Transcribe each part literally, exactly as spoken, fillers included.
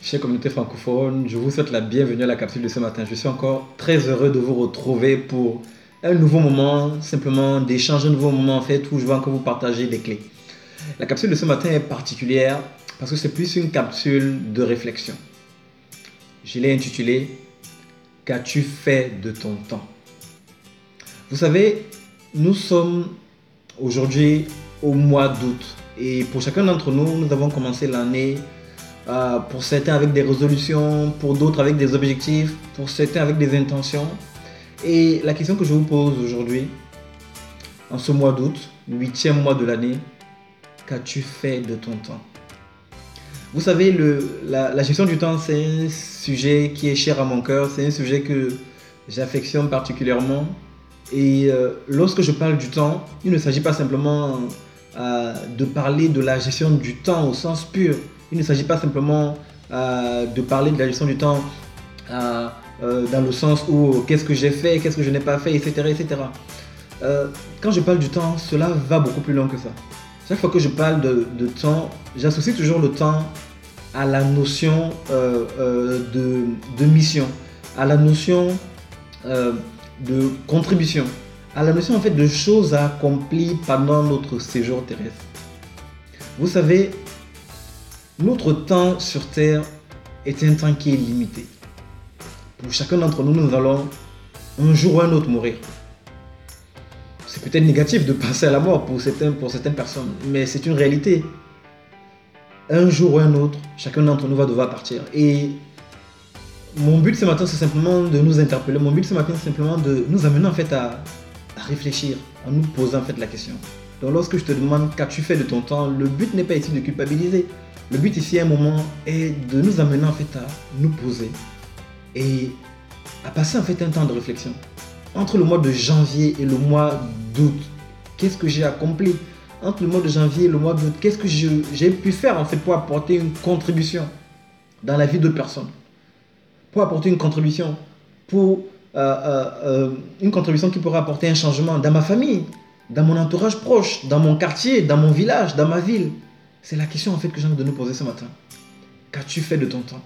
Chère communauté francophone, je vous souhaite la bienvenue à la capsule de ce matin. Je suis encore très heureux de vous retrouver pour un nouveau moment, simplement d'échanger un nouveau moment en fait où je vais encore vous partager des clés. La capsule de ce matin est particulière parce que c'est plus une capsule de réflexion. Je l'ai intitulée « Qu'as-tu fait de ton temps ?» Vous savez, nous sommes aujourd'hui au mois d'août et pour chacun d'entre nous, nous avons commencé l'année Euh, pour certains avec des résolutions, pour d'autres avec des objectifs, pour certains avec des intentions. Et la question que je vous pose aujourd'hui, en ce mois d'août, huitième mois de l'année, qu'as-tu fait de ton temps? Vous savez, le, la, la gestion du temps, c'est un sujet qui est cher à mon cœur, c'est un sujet que j'affectionne particulièrement. Et euh, lorsque je parle du temps, il ne s'agit pas simplement euh, de parler de la gestion du temps au sens pur. Il ne s'agit pas simplement euh, de parler de la gestion du temps euh, euh, dans le sens où qu'est-ce que j'ai fait, qu'est-ce que je n'ai pas fait, et cetera et cetera. Euh, quand je parle du temps, cela va beaucoup plus loin que ça. Chaque fois que je parle de, de temps, j'associe toujours le temps à la notion euh, euh, de, de mission, à la notion euh, de contribution, à la notion en fait de choses à accomplir pendant notre séjour terrestre. Vous savez, notre temps sur Terre est un temps qui est limité. Pour chacun d'entre nous, nous allons un jour ou un autre mourir. C'est peut-être négatif de penser à la mort pour certaines, pour certaines personnes, mais c'est une réalité. Un jour ou un autre, chacun d'entre nous va devoir partir. Et mon but ce matin, c'est simplement de nous interpeller. Mon but ce matin, c'est simplement de nous amener en fait à, à réfléchir, à nous poser en fait la question. Donc lorsque je te demande qu'as-tu fait de ton temps, le but n'est pas ici de culpabiliser. Le but ici à un moment est de nous amener en fait à nous poser et à passer en fait un temps de réflexion. Entre le mois de janvier et le mois d'août, qu'est-ce que j'ai accompli? Entre le mois de janvier et le mois d'août, qu'est-ce que je, j'ai pu faire en fait pour apporter une contribution dans la vie d'autres personnes? Pour apporter une contribution, pour euh, euh, euh, une contribution qui pourra apporter un changement dans ma famille, dans mon entourage proche, dans mon quartier, dans mon village, dans ma ville. C'est la question en fait que j'ai envie de nous poser ce matin. Qu'as-tu fait de ton temps?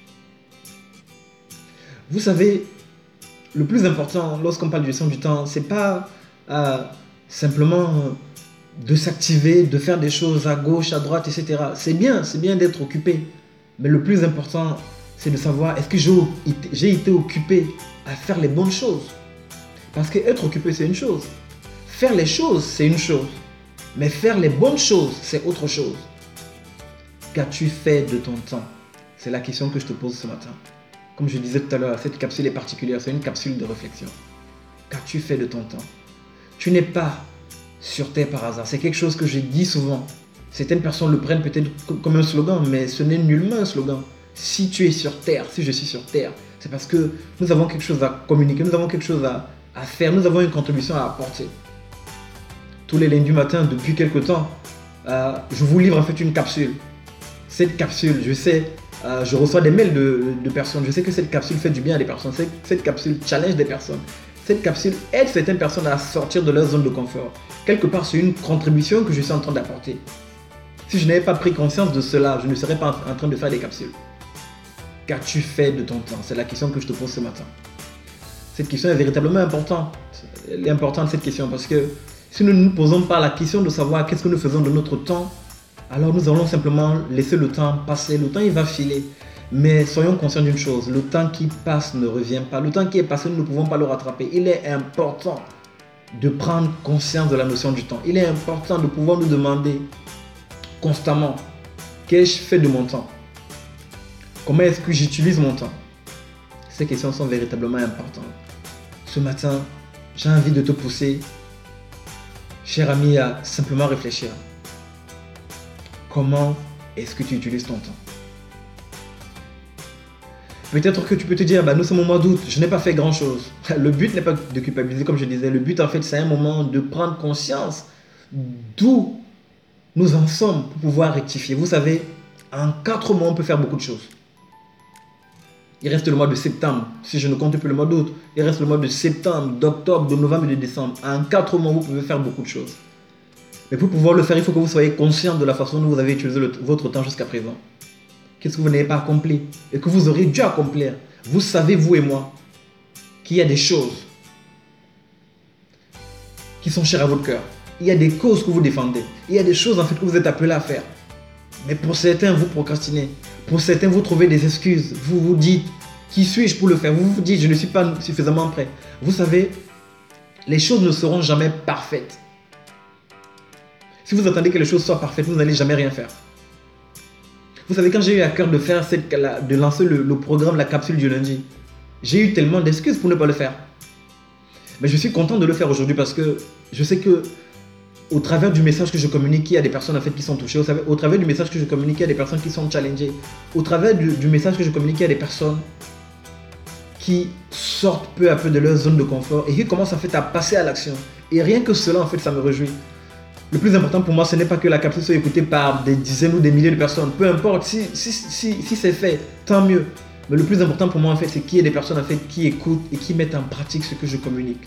Vous savez, le plus important lorsqu'on parle de gestion du temps, c'est pas euh, simplement de s'activer, de faire des choses à gauche, à droite, et cetera. C'est bien, c'est bien d'être occupé. Mais le plus important, c'est de savoir est-ce que j'ai été occupé à faire les bonnes choses. Parce qu'être occupé, c'est une chose. Faire les choses, c'est une chose. Mais faire les bonnes choses, c'est autre chose. Qu'as-tu fait de ton temps? C'est la question que je te pose ce matin. Comme je disais tout à l'heure, cette capsule est particulière, c'est une capsule de réflexion. Qu'as-tu fait de ton temps? Tu n'es pas sur Terre par hasard. C'est quelque chose que je dis souvent. Certaines personnes le prennent peut-être comme un slogan, mais ce n'est nullement un slogan. Si tu es sur Terre, si je suis sur Terre, c'est parce que nous avons quelque chose à communiquer, nous avons quelque chose à, à faire, nous avons une contribution à apporter. Tous les lundis matin, depuis quelque temps, euh, je vous livre en fait une capsule. Cette capsule, je sais, euh, je reçois des mails de, de personnes, je sais que cette capsule fait du bien à des personnes, cette, cette capsule challenge des personnes, cette capsule aide certaines personnes à sortir de leur zone de confort. Quelque part, c'est une contribution que je suis en train d'apporter. Si je n'avais pas pris conscience de cela, je ne serais pas en train de faire des capsules. Qu'as-tu fait de ton temps? C'est la question que je te pose ce matin. Cette question est véritablement importante. Elle est importante cette question parce que si nous ne nous posons pas la question de savoir qu'est-ce que nous faisons de notre temps, alors nous allons simplement laisser le temps passer. Le temps, il va filer. Mais soyons conscients d'une chose, le temps qui passe ne revient pas. Le temps qui est passé, nous ne pouvons pas le rattraper. Il est important de prendre conscience de la notion du temps. Il est important de pouvoir nous demander constamment, qu'ai-je fait de mon temps? Comment est-ce que j'utilise mon temps? Ces questions sont véritablement importantes. Ce matin, j'ai envie de te pousser, cher ami, à simplement réfléchir. Comment est-ce que tu utilises ton temps? Peut-être que tu peux te dire, bah, nous sommes au mois d'août, je n'ai pas fait grand-chose. Le but n'est pas de culpabiliser, comme je disais. Le but, en fait, c'est un moment de prendre conscience d'où nous en sommes pour pouvoir rectifier. Vous savez, en quatre mois, on peut faire beaucoup de choses. Il reste le mois de septembre, si je ne compte plus le mois d'août. Il reste le mois de septembre, d'octobre, de novembre et de décembre. En quatre mois, vous pouvez faire beaucoup de choses. Mais pour pouvoir le faire, il faut que vous soyez conscient de la façon dont vous avez utilisé le, votre temps jusqu'à présent. qu'est-ce que vous n'avez pas accompli et que vous aurez dû accomplir. Vous savez, vous et moi, qu'il y a des choses qui sont chères à votre cœur. Il y a des causes que vous défendez. Il y a des choses en fait que vous êtes appelés à faire. Mais pour certains, vous procrastinez. Pour certains, vous trouvez des excuses. Vous vous dites, qui suis-je pour le faire? Vous vous dites, je ne suis pas suffisamment prêt. Vous savez, les choses ne seront jamais parfaites. Si vous attendez que les choses soient parfaites, vous n'allez jamais rien faire. Vous savez, quand j'ai eu à cœur de faire cette, de lancer le, le programme, la capsule du lundi, j'ai eu tellement d'excuses pour ne pas le faire. Mais je suis content de le faire aujourd'hui parce que je sais que au travers du message que je communique, il y a des personnes en fait qui sont touchées. Au, au travers du message que je communique, il y a des personnes qui sont challengées. Au travers du, du message que je communique, il y a des personnes qui sortent peu à peu de leur zone de confort et qui commencent en fait à passer à l'action. Et rien que cela, en fait, ça me réjouit. Le plus important pour moi, ce n'est pas que la capsule soit écoutée par des dizaines ou des milliers de personnes. Peu importe, si, si, si, si c'est fait, tant mieux. Mais le plus important pour moi, en fait, c'est qu'il y ait des personnes en fait, qui écoutent et qui mettent en pratique ce que je communique.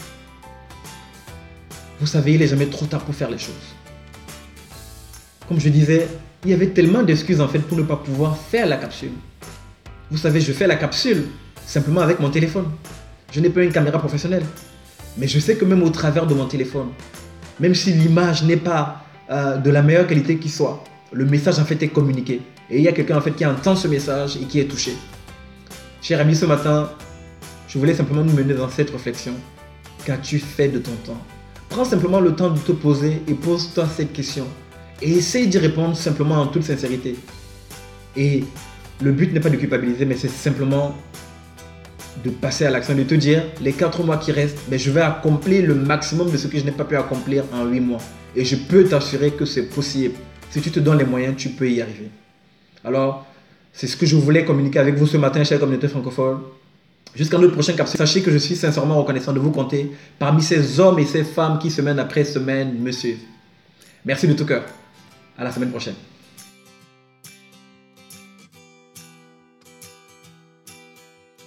Vous savez, il n'est jamais trop tard pour faire les choses. Comme je disais, il y avait tellement d'excuses en fait pour ne pas pouvoir faire la capsule. Vous savez, je fais la capsule simplement avec mon téléphone. Je n'ai pas une caméra professionnelle. Mais je sais que même au travers de mon téléphone, même si l'image n'est pas euh, de la meilleure qualité qui soit, le message en fait est communiqué. Et il y a quelqu'un en fait qui entend ce message et qui est touché. Cher ami, ce matin, je voulais simplement nous mener dans cette réflexion. Qu'as-tu fait de ton temps? Prends simplement le temps de te poser et pose-toi cette question. Et essaye d'y répondre simplement en toute sincérité. Et le but n'est pas de culpabiliser, mais c'est simplement de passer à l'action, de te dire, les quatre mois qui restent, ben, je vais accomplir le maximum de ce que je n'ai pas pu accomplir en huit mois. Et je peux t'assurer que c'est possible. Si tu te donnes les moyens, tu peux y arriver. Alors, c'est ce que je voulais communiquer avec vous ce matin, chère communauté francophone. Jusqu'à notre prochaine capsule, sachez que je suis sincèrement reconnaissant de vous compter parmi ces hommes et ces femmes qui, semaine après semaine, me suivent. Merci de tout cœur. À la semaine prochaine.